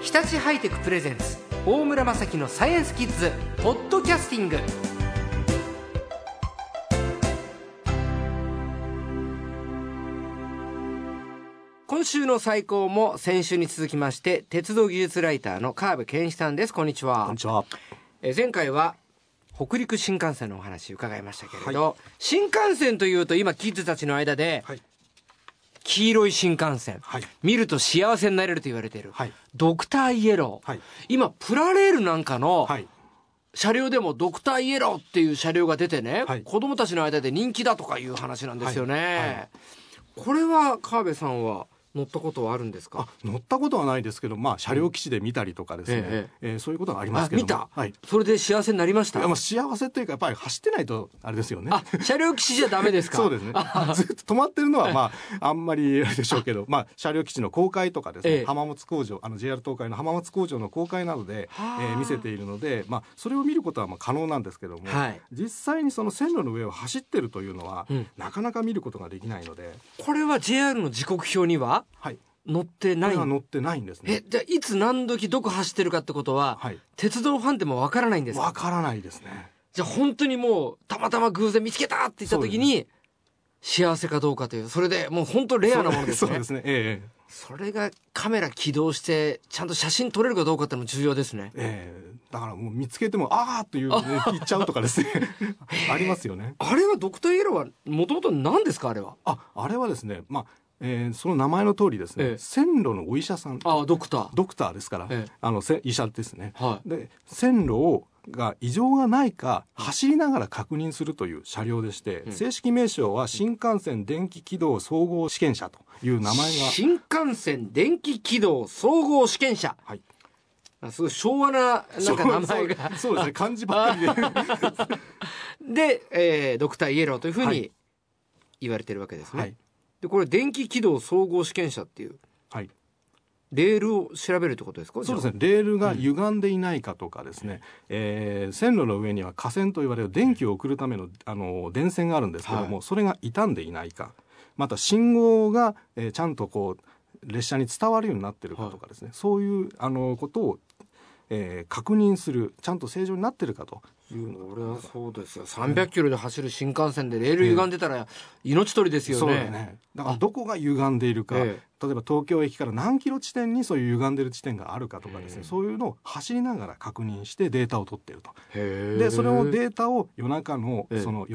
日立ハイテクプレゼンツ大村雅樹のサイエンスキッズポッドキャスティング。今週の最高も先週に続きまして鉄道技術ライターの川辺健一さんです。こんにちは。 こんにちは。 前回は北陸新幹線のお話伺いましたけれど、新幹線というと今キッズたちの間で、黄色い新幹線、見ると幸せになれると言われている、ドクターイエロー、今プラレールなんかの、車両でもドクターイエローっていう車両が出てね、子供たちの間で人気だとかいう話なんですよね、これは川辺さんは乗ったことはあるんですか？ 乗ったことはないですけど、車両基地で見たりとかですね、そういうことがありますけども。 見た、それで幸せになりました？ 幸せというかやっぱり走ってないとあれですよね。 車両基地じゃダメですか？ そうですね。ずっと止まってるのはあんまりあれでしょうけど、車両基地の公開とかですね、浜松工場、JR 東海の浜松工場の公開などで、見せているので、それを見ることは可能なんですけども、実際にその線路の上を走ってるというのは、なかなか見ることができないので。 これは JR の時刻表には乗ってない？ これは乗ってないんですね。 じゃあいつ何時どこ走ってるかってことは、鉄道ファンでもわからないんですか？ わからないですね。 じゃあ本当にもうたまたま偶然見つけたって言った時に幸せかどうかという、それでもう本当レアなものですね。 そうですね。 それがカメラ起動してちゃんと写真撮れるかどうかってのも重要ですね。 だからもう見つけてもという、言っちゃうとかですねありますよね。 あれはドクターイエローはもともと何ですか？あれはですね、その名前の通りですね、線路のお医者さん、 ドクターですから、医者ですね、で線路が異常がないか走りながら確認するという車両でして、正式名称は新幹線電気軌道総合試験車という名前が。 新幹線電気軌道総合試験車、すごい昭和ななんか名前がそうですね、漢字ばっかりでドクターイエローというふうに言われてるわけですね。でこれ電気軌道総合試験車っていう、レールを調べるってことですか？ そうですね、レールが歪んでいないかとかですね、線路の上には架線といわれる電気を送るための、電線があるんですけども、それが傷んでいないか、また信号が、ちゃんとこう列車に伝わるようになっているかとかですね、そういうことを、確認する、ちゃんと正常になっているかというの。 これはそうですよ。300キロで走る新幹線でレール歪んでたら命取りですよね。 そうですね。だからどこが歪んでいるか、例えば東京駅から何キロ地点にそういう歪んでいる地点があるかとかですね、そういうのを走りながら確認してデータを取っていると。でそれをデータを夜中に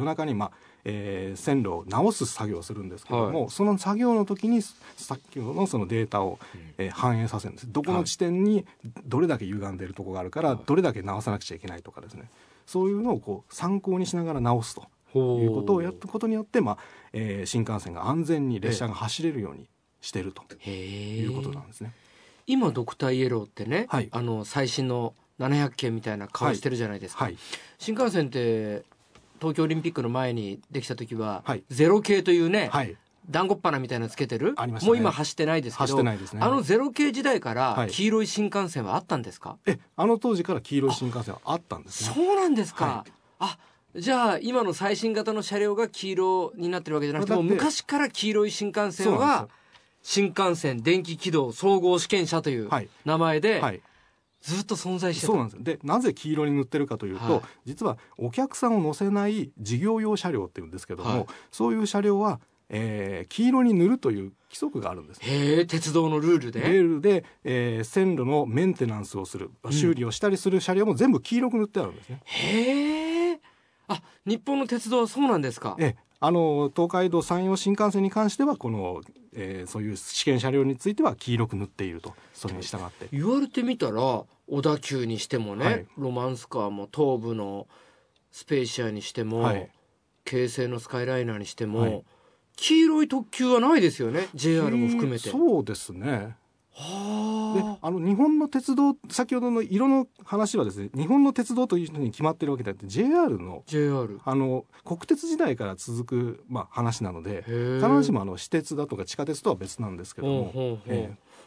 線路を直す作業をするんですけども、その作業の時に先ほどのそのデータを、反映させるんです。どこの地点にどれだけ歪んでいるところがあるから、どれだけ直さなくちゃいけないとかですね、そういうのを参考にしながら直すということをやったことによって、新幹線が安全に列車が走れるようにしているということなんですね。 今ドクターイエローってね、最新の700系みたいな顔してるじゃないですか。新幹線って東京オリンピックの前にできた時は、ゼロ系というね、団子っ鼻みたいなのつけてる、もう今走ってないですけど、あのゼロ系時代から黄色い新幹線はあったんですか？ あの当時から黄色い新幹線はあったんですね。 そうなんですか。じゃあ今の最新型の車両が黄色になってるわけじゃなくて、もう昔から黄色い新幹線は新幹線電気軌道総合試験車という名前でずっと存在してた。 そうなんです。でなぜ黄色に塗ってるかというと、実はお客さんを乗せない事業用車両っていうんですけども、そういう車両は、黄色に塗るという規則があるんです。 鉄道のルールで線路のメンテナンスをする、修理をしたりする車両も全部黄色く塗ってあるんですね。 日本の鉄道はそうなんですか？ 東海道山陽新幹線に関してはこの、そういう試験車両については黄色く塗っていると。それに従って言われてみたら小田急にしてもね、ロマンスカーも東武のスペーシアにしても、京成のスカイライナーにしても、黄色い特急はないですよね、 JR も含めて。 そうですね。で日本の鉄道、先ほどの色の話はですね、日本の鉄道というふうに決まってるわけであって、JR の国鉄時代から続く、話なので、必ずしも私鉄だとか地下鉄とは別なんですけども、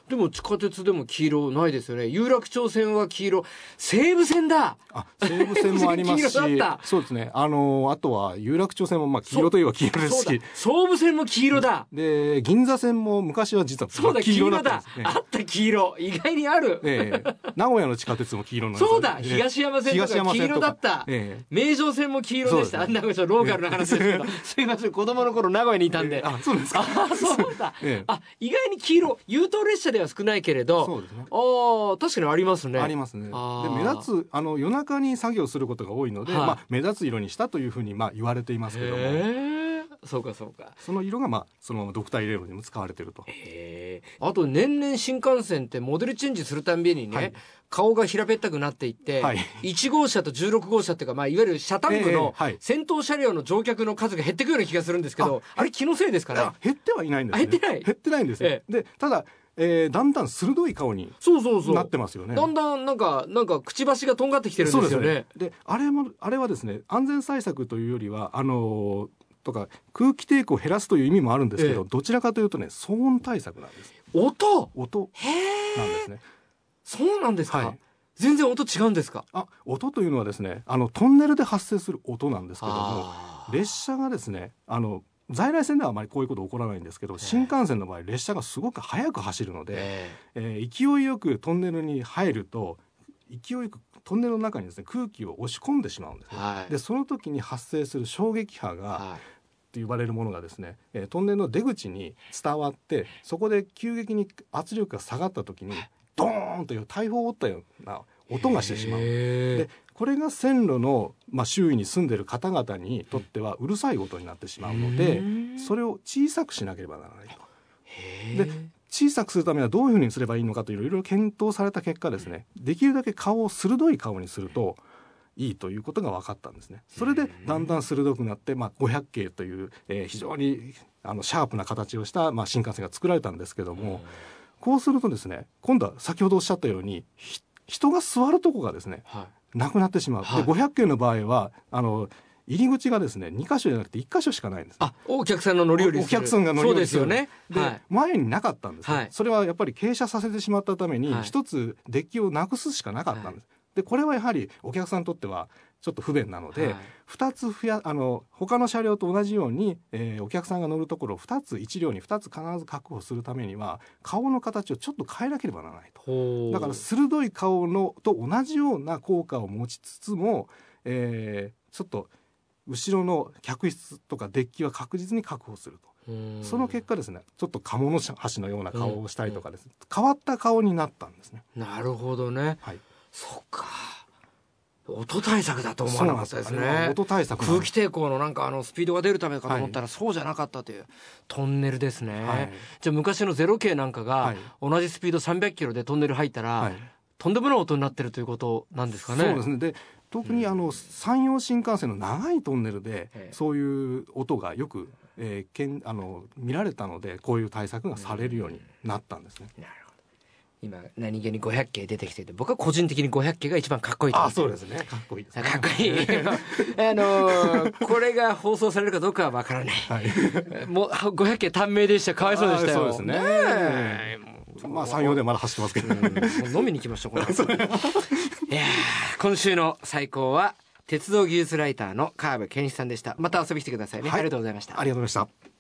でも地下鉄でも黄色ないですよね。有楽町線は黄色。西武線だ。 西武線もありますし黄色だった。 そうですね。あとは有楽町線も黄色といえば黄色ですし、 総武線も黄色だ。 で銀座線も昔は実は黄色だったんですね。 あった黄色。意外にある。 名古屋の地下鉄も黄色なんです。 そうだ。東山線とか黄色だった。名城線も黄色でした。名古屋のローカルな話ですけど。すいません。子供の頃名古屋にいたんで。 そうですか。 そうだ。意外に黄色。優等列車では少ないけれど。 そうですね。 確かにありますね。 ありますね。で目立つ夜中に作業することが多いので、目立つ色にしたというふうに言われていますけども。 そうかそうか。 その色がそのままドクターイエローにも使われていると。 あと年々新幹線ってモデルチェンジするたんびにね、顔が平べったくなっていって、1号車と16号車っていうか、いわゆる車単部の先頭車両の乗客の数が減っていくような気がするんですけど、あれ気のせいですかね。 減ってはいないんですね。減ってないんですね。でただだんだん鋭い顔になってますよね。 だんだんなんかくちばしがとんがってきてるんですよね。 であれはですね、安全対策というよりはとか空気抵抗を減らすという意味もあるんですけど、どちらかというとね、騒音対策なんです。 音なんですね。 そうなんですか。全然音違うんですか。 音というのはですね、トンネルで発生する音なんですけども、列車がですね、在来線ではあまりこういうこと起こらないんですけど、新幹線の場合列車がすごく速く走るので、勢いよくトンネルに入ると勢いよくトンネルの中にですね、空気を押し込んでしまうんですね。でその時に発生する衝撃波が、と呼ばれるものがですね、トンネルの出口に伝わって、そこで急激に圧力が下がった時にドーンという大砲を撃ったような音がしてしまう。でこれが線路の、周囲に住んでいる方々にとってはうるさい音になってしまうので、それを小さくしなければならないと。で小さくするためにはどういうふうにすればいいのかといろいろ検討された結果ですね、できるだけ顔を鋭い顔にするといいということが分かったんですね。それでだんだん鋭くなって、500系という、非常にシャープな形をした、新幹線が作られたんですけども、こうするとですね、今度は先ほどおっしゃったように人が座るとこがですね、なくなってしまう。で500系の場合は入り口がですね2箇所じゃなくて1箇所しかないんです、ね。 お客さんの乗り降りする。お客さんが乗り降りする。 そうですよね。 で、前になかったんです、それはやっぱり傾斜させてしまったために、一つデッキをなくすしかなかったんです。でこれはやはりお客さんにとってはちょっと不便なので、2つ他の車両と同じように、お客さんが乗るところを1両に2つ必ず確保するためには顔の形をちょっと変えなければならないと。だから鋭い顔と同じような効果を持ちつつも、ちょっと後ろの客室とかデッキは確実に確保すると。その結果ですね、ちょっと鴨の橋のような顔をしたりとかです、変わった顔になったんですね。 なるほどね。そっか。音対策だと思わなかったですね。 音対策、 空気抵抗のスピードが出るためかと思ったら、そうじゃなかったという。トンネルですね。じゃあ昔のゼロ系なんかが同じスピード300キロでトンネル入ったら、とんでもない音になってるということなんですかね。 そうですね。で特に山陽新幹線の長いトンネルでそういう音がよく、見られたので、こういう対策がされるようになったんですね。 なるほど。今何気に500系出てきていて、僕は個人的に500系が一番かっこいいと思って。 そうですね。かっこいいですね。 かっこいい。これが放送されるかどうかはわからない。もう500系短命でした。かわいそうでしたよ。 そうですね。山陽でまだ走ってますけど、 飲みに行きましょう。このいや今週の最高は鉄道技術ライターの川辺健一さんでした。また遊びに来てくださいね。ありがとうございました。 ありがとうございました。